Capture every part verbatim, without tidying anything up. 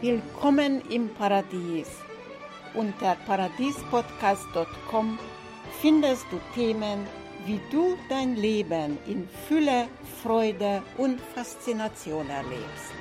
Willkommen im Paradies. Unter paradies podcast punkt com findest du Themen, wie du dein Leben in Fülle, Freude und Faszination erlebst.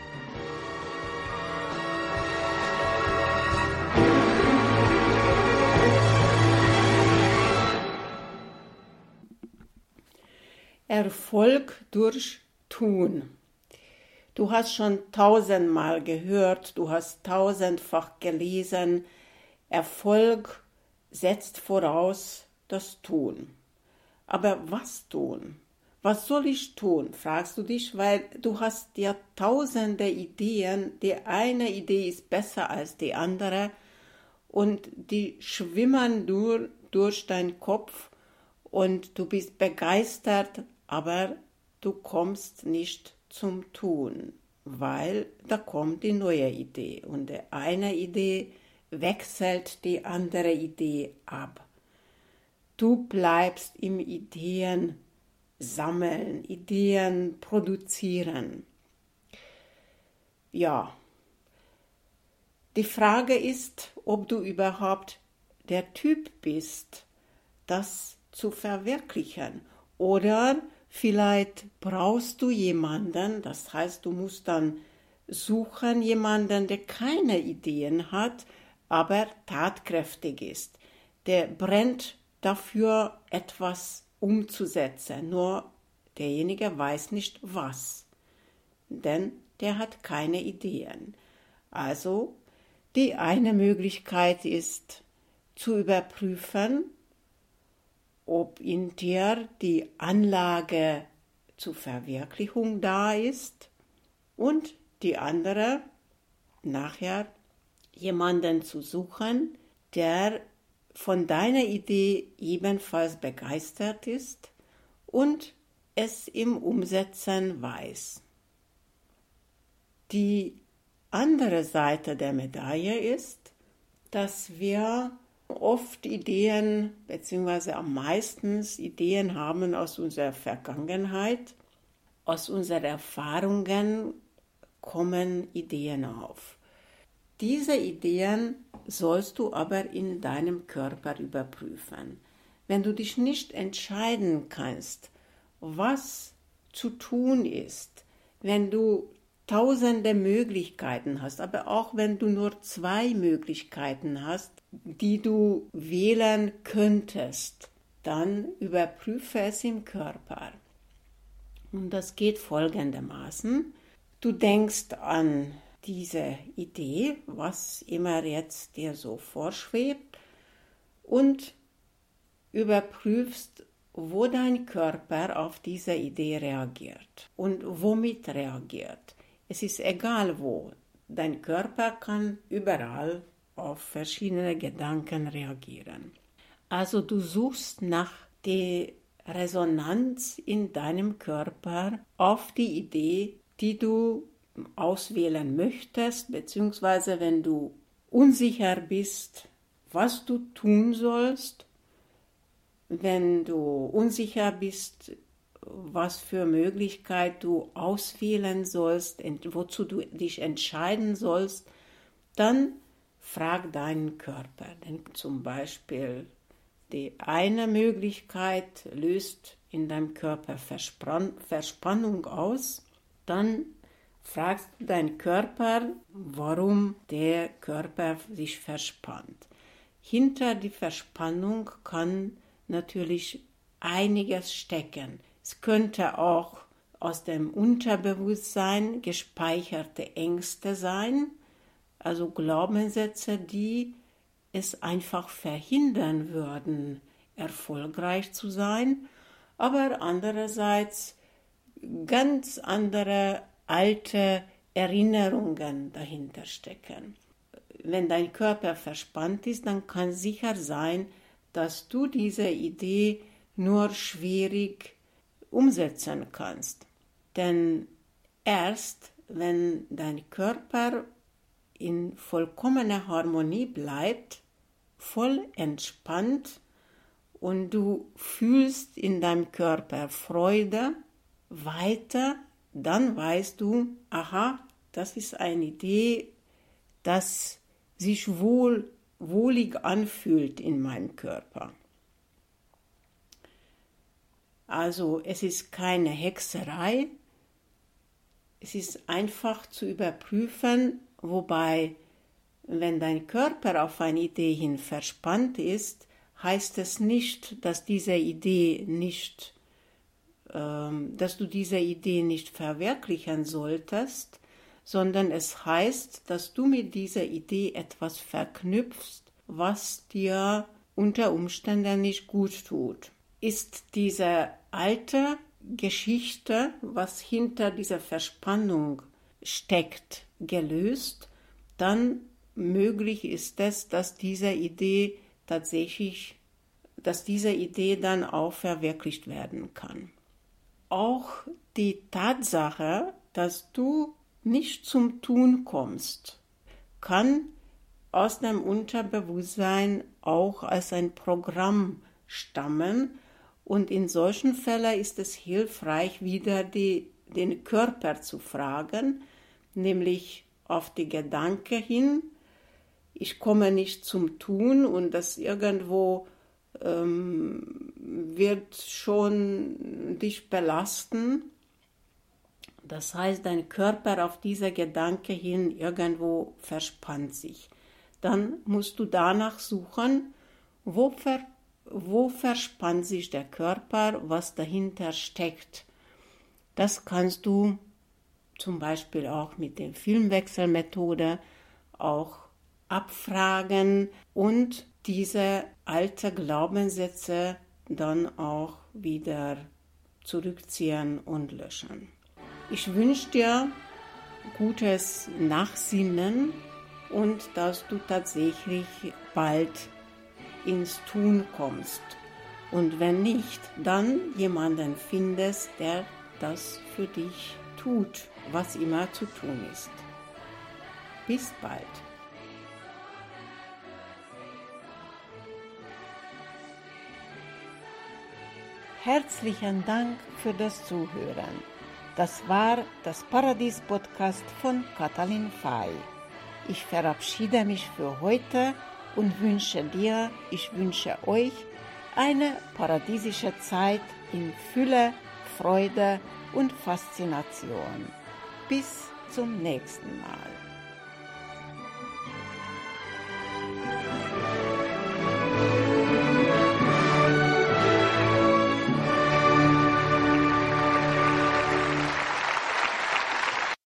Erfolg durch Tun. Du hast schon tausendmal gehört, du hast tausendfach gelesen, Erfolg setzt voraus das Tun. Aber was tun? Was soll ich tun, fragst du dich, weil du hast ja tausende Ideen, die eine Idee ist besser als die andere und die schwimmen durch, durch deinen Kopf und du bist begeistert, aber du kommst nicht zum Tun, weil da kommt die neue Idee und die eine Idee wechselt die andere Idee ab. Du bleibst im Ideen sammeln, Ideen produzieren. Ja, die Frage ist, ob du überhaupt der Typ bist, das zu verwirklichen. Oder vielleicht brauchst du jemanden, das heißt, du musst dann suchen jemanden, der keine Ideen hat, aber tatkräftig ist. Der brennt dafür, etwas umzusetzen, nur derjenige weiß nicht was, denn der hat keine Ideen. Also die eine Möglichkeit ist zu überprüfen, ob in dir die Anlage zur Verwirklichung da ist und die andere, nachher jemanden zu suchen, der von deiner Idee ebenfalls begeistert ist und es im Umsetzen weiß. Die andere Seite der Medaille ist, dass wir oft Ideen, beziehungsweise am meisten Ideen haben aus unserer Vergangenheit, aus unseren Erfahrungen kommen Ideen auf. Diese Ideen sollst du aber in deinem Körper überprüfen. Wenn du dich nicht entscheiden kannst, was zu tun ist, wenn du tausende Möglichkeiten hast, aber auch wenn du nur zwei Möglichkeiten hast, die du wählen könntest, dann überprüfe es im Körper. Und das geht folgendermaßen. Du denkst an diese Idee, was immer jetzt dir so vorschwebt, und überprüfst, wo dein Körper auf diese Idee reagiert und womit reagiert. Es ist egal wo, dein Körper kann überall auf verschiedene Gedanken reagieren. Also du suchst nach der Resonanz in deinem Körper auf die Idee, die du auswählen möchtest, beziehungsweise wenn du unsicher bist, was du tun sollst, wenn du unsicher bist, was für Möglichkeit du auswählen sollst, wozu du dich entscheiden sollst, dann frag deinen Körper. Denn zum Beispiel die eine Möglichkeit löst in deinem Körper Verspann- Verspannung aus, dann fragst du deinen Körper, warum der Körper sich verspannt. Hinter die Verspannung kann natürlich einiges stecken. Es könnte auch aus dem Unterbewusstsein gespeicherte Ängste sein, also Glaubenssätze, die es einfach verhindern würden, erfolgreich zu sein, aber andererseits ganz andere alte Erinnerungen dahinter stecken. Wenn dein Körper verspannt ist, dann kann sicher sein, dass du diese Idee nur schwierig umsetzen kannst. Denn erst wenn dein Körper in vollkommener Harmonie bleibt, voll entspannt und du fühlst in deinem Körper Freude weiter, dann weißt du, aha, das ist eine Idee, das sich wohl, wohlig anfühlt in meinem Körper. Also es ist keine Hexerei, es ist einfach zu überprüfen, wobei, wenn dein Körper auf eine Idee hin verspannt ist, heißt es nicht, dass diese Idee nicht, ähm, dass du diese Idee nicht verwirklichen solltest, sondern es heißt, dass du mit dieser Idee etwas verknüpfst, was dir unter Umständen nicht gut tut. Ist diese alte Geschichte, was hinter dieser Verspannung steckt, gelöst, dann möglich ist es, dass diese Idee tatsächlich, dass diese Idee dann auch verwirklicht werden kann. Auch die Tatsache, dass du nicht zum Tun kommst, kann aus dem Unterbewusstsein auch als ein Programm stammen, und in solchen Fällen ist es hilfreich, wieder die, den Körper zu fragen, nämlich auf die Gedanken hin, ich komme nicht zum Tun, und das irgendwo ähm, wird schon dich belasten. Das heißt, dein Körper auf diese Gedanken hin irgendwo verspannt sich. Dann musst du danach suchen, wo, ver, wo verspannt sich der Körper, was dahinter steckt. Das kannst du zum Beispiel auch mit der Filmwechselmethode auch abfragen und diese alten Glaubenssätze dann auch wieder zurückziehen und löschen. Ich wünsche dir gutes Nachsinnen und dass du tatsächlich bald ins Tun kommst. Und wenn nicht, dann jemanden findest, der das für dich tut, was immer zu tun ist. Bis bald. Herzlichen Dank für das Zuhören. Das war das Paradies-Podcast von Katalin Fay. Ich verabschiede mich für heute und wünsche dir, ich wünsche euch eine paradiesische Zeit in Fülle, Freude und Faszination. Bis zum nächsten Mal.